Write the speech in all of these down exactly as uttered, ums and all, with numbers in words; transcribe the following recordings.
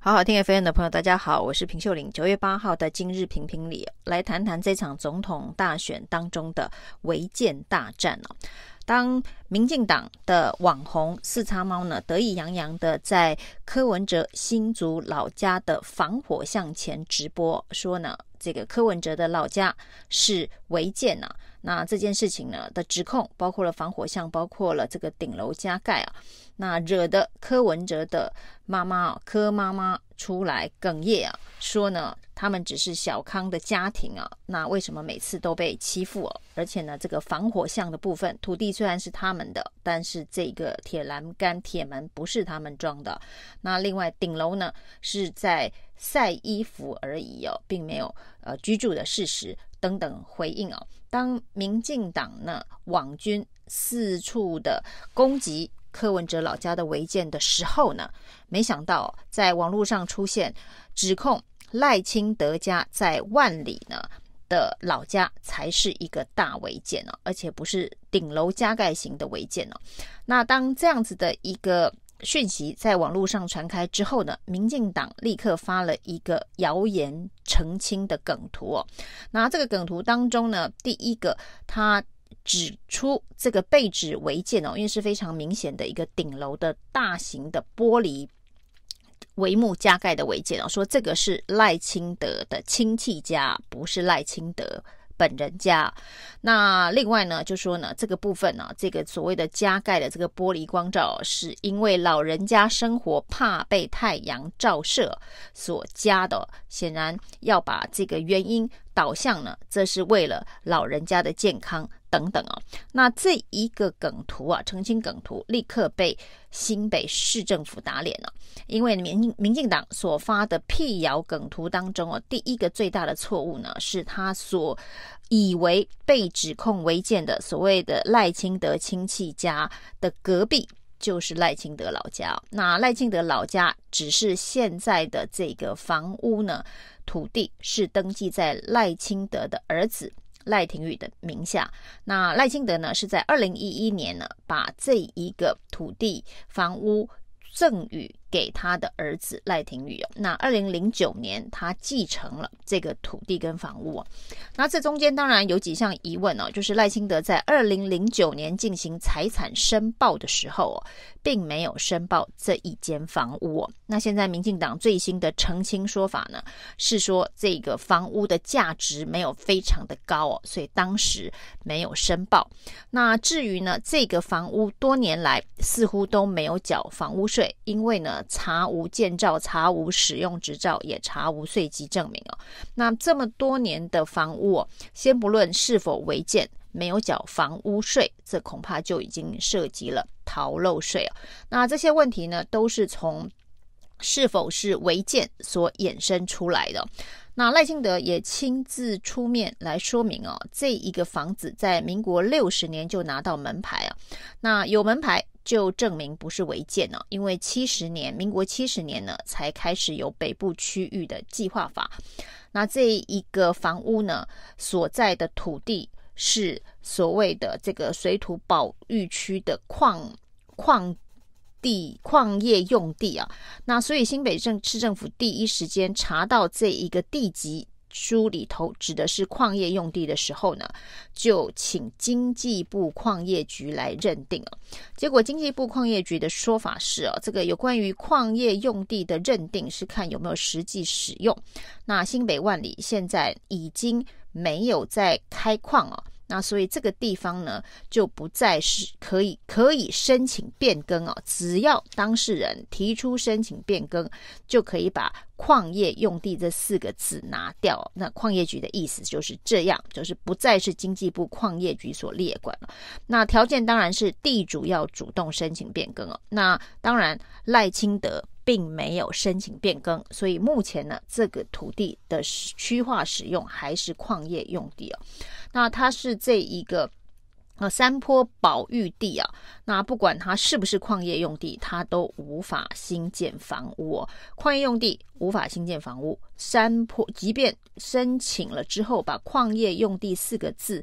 好好听 F M 的朋友大家好，我是平秀玲。九月八号的今日评评里来谈谈这场总统大选当中的违建大战哦。当民进党的网红四叉猫呢得意洋洋的在柯文哲新竹老家的防火巷前直播，说呢这个柯文哲的老家是违建啊。那这件事情呢的指控包括了防火巷，包括了这个顶楼加盖啊，那惹得柯文哲的妈妈啊，柯妈妈出来哽咽啊，说呢他们只是小康的家庭啊，那为什么每次都被欺负啊？而且呢这个防火巷的部分，土地虽然是他们的，但是这个铁栏杆铁门不是他们装的。那另外顶楼呢是在晒衣服而已哦，并没有呃居住的事实等等回应哦。当民进党呢网军四处的攻击柯文哲老家的违建的时候呢，没想到在网络上出现指控赖清德家在万里呢的老家才是一个大违建哦，而且不是顶楼加盖型的违建哦。那当这样子的一个讯息在网络上传开之后呢，民进党立刻发了一个谣言澄清的梗图哦。那这个梗图当中呢，第一个他指出这个被指违建哦，因为是非常明显的一个顶楼的大型的玻璃帷幕加盖的违建哦，说这个是赖清德的亲戚家，不是赖清德本人家。那另外呢就说呢这个部分呢、啊，这个所谓的加盖的这个玻璃光罩是因为老人家生活怕被太阳照射所加的，显然要把这个原因导向呢，这是为了老人家的健康等等哦。那这一个梗图啊，澄清梗图立刻被新北市政府打脸了、哦，因为民民进党所发的辟谣梗图当中哦，第一个最大的错误呢，是他所以为被指控违建的所谓的赖清德亲戚家的隔壁就是赖清德老家、哦。那赖清德老家只是现在的这个房屋呢，土地是登记在赖清德的儿子赖廷宇的名下。那赖清德呢是在二零一一年呢把这一个土地房屋赠予给他的儿子赖廷宇、哦、那二零零九年他继承了这个土地跟房屋、哦、那这中间当然有几项疑问哦，就是赖清德在二零零九年进行财产申报的时候、哦、并没有申报这一间房屋、哦、那现在民进党最新的澄清说法呢是说这个房屋的价值没有非常的高哦，所以当时没有申报。那至于呢这个房屋多年来似乎都没有缴房屋税，因为呢查无建照，查无使用执照，也查无税籍证明哦。那这么多年的房屋哦，先不论是否违建，没有缴房屋税，这恐怕就已经涉及了逃漏税哦。那这些问题呢，都是从是否是违建所衍生出来的。那赖清德也亲自出面来说明哦，这一个房子在民国六十年就拿到门牌啊，那有门牌就证明不是违建哦，因为七十年，民国七十年呢才开始有北部区域的计划法。那这一个房屋呢所在的土地是所谓的这个水土保育区的矿矿地矿业用地啊，那所以新北市政府第一时间查到这一个地籍书里头指的是矿业用地的时候呢，就请经济部矿业局来认定哦。结果经济部矿业局的说法是哦，这个有关于矿业用地的认定是看有没有实际使用。那新北万里现在已经没有在开矿哦，那所以这个地方呢就不再是可以可以申请变更哦，只要当事人提出申请变更，就可以把矿业用地这四个字拿掉。那矿业局的意思就是这样，就是不再是经济部矿业局所列管了。那条件当然是地主要主动申请变更哦。那当然赖清德并没有申请变更，所以目前呢这个土地的区划使用还是矿业用地哦。那它是这一个呃山坡保育地啊，那不管它是不是矿业用地，它都无法新建房屋哦。矿业用地无法新建房屋，山坡即便申请了之后把矿业用地四个字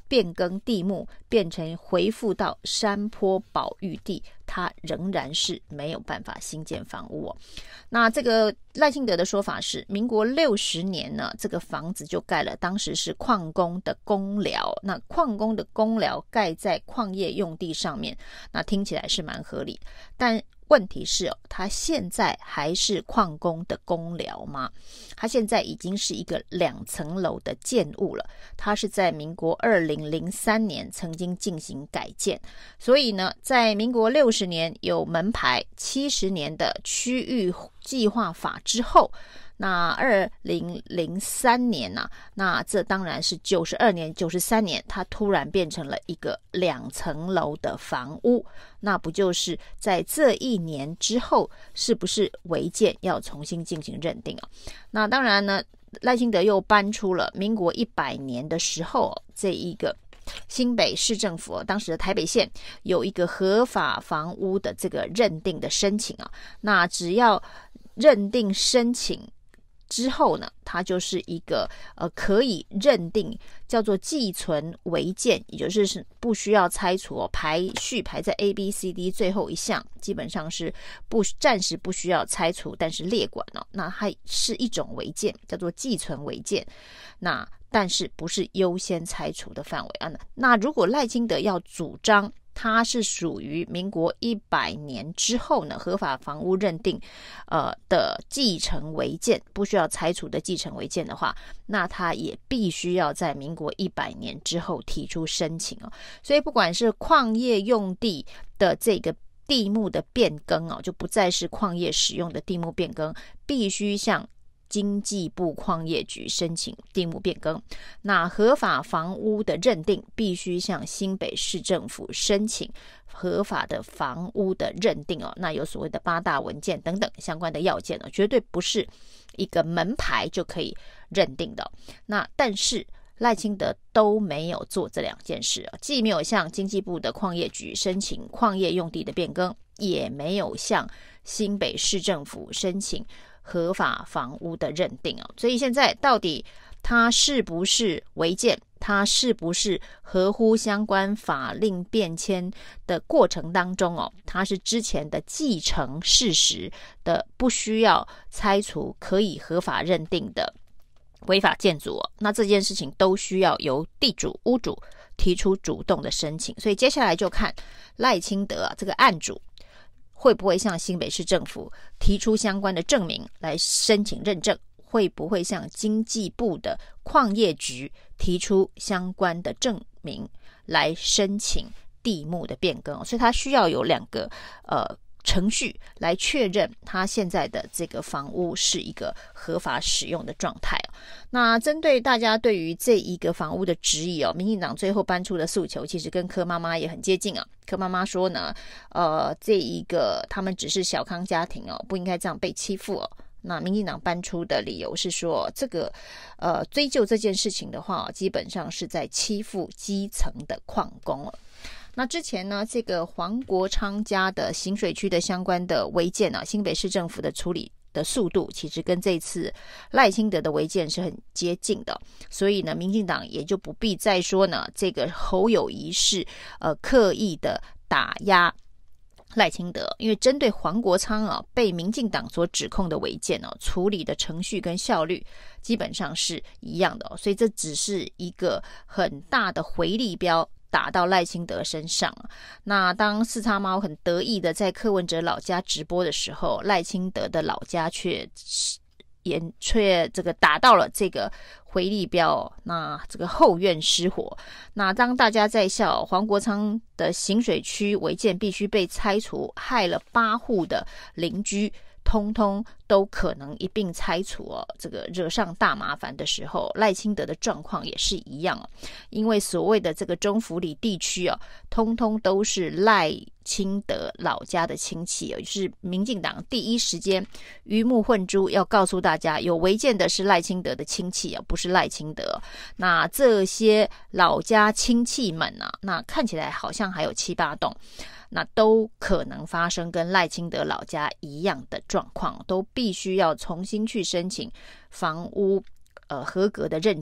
变更地目变成回复到山坡保育地，它仍然是没有办法新建房屋哦。那这个赖清德的说法是，民国六十年呢，这个房子就盖了，当时是矿工的公寮，那矿工的公寮盖在矿业用地上面，那听起来是蛮合理，但问题是哦，它现在还是矿工的公寮吗？它现在已经是一个两层楼的建物了，它是在民国二零零三年曾经进行改建，所以呢，在民国六十年有门牌，七十年的区域计划法之后，那二零零三年啊，那这当然是九十二年、九十三年，它突然变成了一个两层楼的房屋，那不就是在这一年之后，是不是违建要重新进行认定啊？那当然呢，赖清德又搬出了民国一百年的时候，这一个新北市政府当时的台北县有一个合法房屋的这个认定的申请啊，那只要认定申请之后呢，它就是一个呃可以认定叫做寄存违建，也就是不需要拆除哦，排序排在 A B C D 最后一项，基本上是不暂时不需要拆除，但是列管哦，那它是一种违建，叫做寄存违建，那但是不是优先拆除的范围啊。那如果赖清德要主张它是属于民国一百年之后呢，合法房屋认定呃的继承违建，不需要拆除的继承违建的话，那它也必须要在民国一百年之后提出申请哦。所以不管是矿业用地的这个地目的变更哦，就不再是矿业使用的地目变更，必须向经济部矿业局申请地目变更，那合法房屋的认定必须向新北市政府申请合法的房屋的认定哦。那有所谓的八大文件等等相关的要件哦，绝对不是一个门牌就可以认定的。那但是赖清德都没有做这两件事哦，既没有向经济部的矿业局申请矿业用地的变更，也没有向新北市政府申请合法房屋的认定哦，所以现在到底它是不是违建，它是不是合乎相关法令变迁的过程当中哦，它是之前的继承事实的不需要拆除可以合法认定的违法建筑哦，那这件事情都需要由地主屋主提出主动的申请，所以接下来就看赖清德啊这个案主会不会向新北市政府提出相关的证明来申请认证，会不会向经济部的矿业局提出相关的证明来申请地目的变更，所以它需要有两个呃程序来确认它现在的这个房屋是一个合法使用的状态。那针对大家对于这一个房屋的质疑哦，民进党最后搬出的诉求其实跟柯妈妈也很接近啊。柯妈妈说呢，呃，这一个他们只是小康家庭哦，不应该这样被欺负哦。那民进党搬出的理由是说，这个呃追究这件事情的话，基本上是在欺负基层的矿工了。那之前呢，这个黄国昌家的行水区的相关的违建啊，新北市政府的处理的速度其实跟这次赖清德的违建是很接近的，所以呢，民进党也就不必再说呢，这个侯友宜是呃刻意的打压赖清德，因为针对黄国昌啊被民进党所指控的违建哦，处理的程序跟效率基本上是一样的哦，所以这只是一个很大的回力标打到赖清德身上。那当四叉猫很得意的在柯文哲老家直播的时候，赖清德的老家却也却这个打到了这个回力标哦，那这个后院失火。那当大家在笑黄国昌的行水区违建必须被拆除，害了八户的邻居通通都可能一并拆除哦，这个惹上大麻烦的时候，赖清德的状况也是一样哦，因为所谓的这个中府里地区哦，通通都是赖清德老家的亲戚哦，就是民进党第一时间鱼目混珠，要告诉大家有违建的是赖清德的亲戚哦，不是赖清德哦。那这些老家亲戚们啊，那看起来好像还有七八栋。那都可能发生跟赖清德老家一样的状况，都必须要重新去申请房屋呃合格的认证，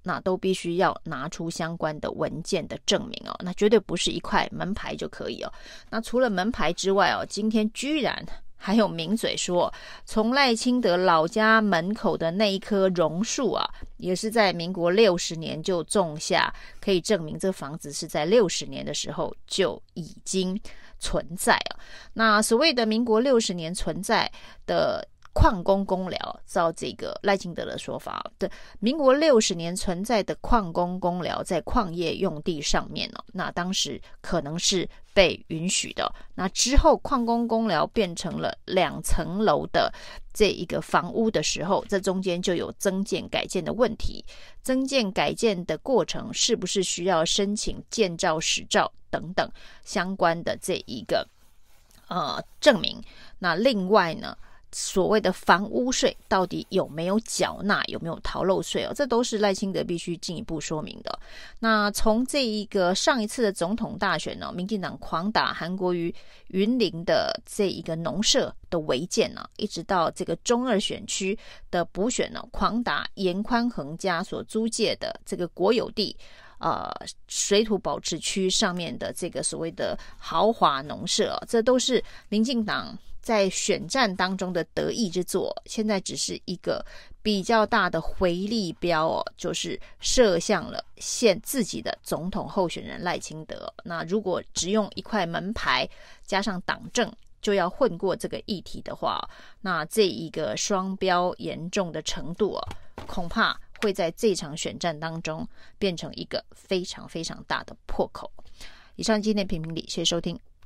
那都必须要拿出相关的文件的证明哦，那绝对不是一块门牌就可以哦。那除了门牌之外哦，今天居然还有名嘴说，从赖清德老家门口的那一棵榕树啊，也是在民国六十年就种下，可以证明这房子是在六十年的时候就已经存在了。那所谓的民国六十年存在的矿工公寮，照这个赖清德的说法，对，民国六十年存在的矿工公寮在矿业用地上面哦，那当时可能是被允许的。那之后矿工公寮变成了两层楼的这一个房屋的时候，这中间就有增建改建的问题，增建改建的过程是不是需要申请建照使照等等相关的这一个呃证明。那另外呢，所谓的房屋税到底有没有缴纳，有没有逃漏税哦，这都是赖清德必须进一步说明的。那从这一个上一次的总统大选呢，民进党狂打韩国瑜云林的这一个农舍的违建呢，一直到这个中二选区的补选呢，狂打严宽恒家所租借的这个国有地呃，水土保持区上面的这个所谓的豪华农舍哦，这都是民进党在选战当中的得意之作，现在只是一个比较大的回力标哦，就是射向了现自己的总统候选人赖清德。那如果只用一块门牌加上党证就要混过这个议题的话，那这一个双标严重的程度哦，恐怕会在这场选战当中变成一个非常非常大的破口。以上今天评评理，谢谢收听。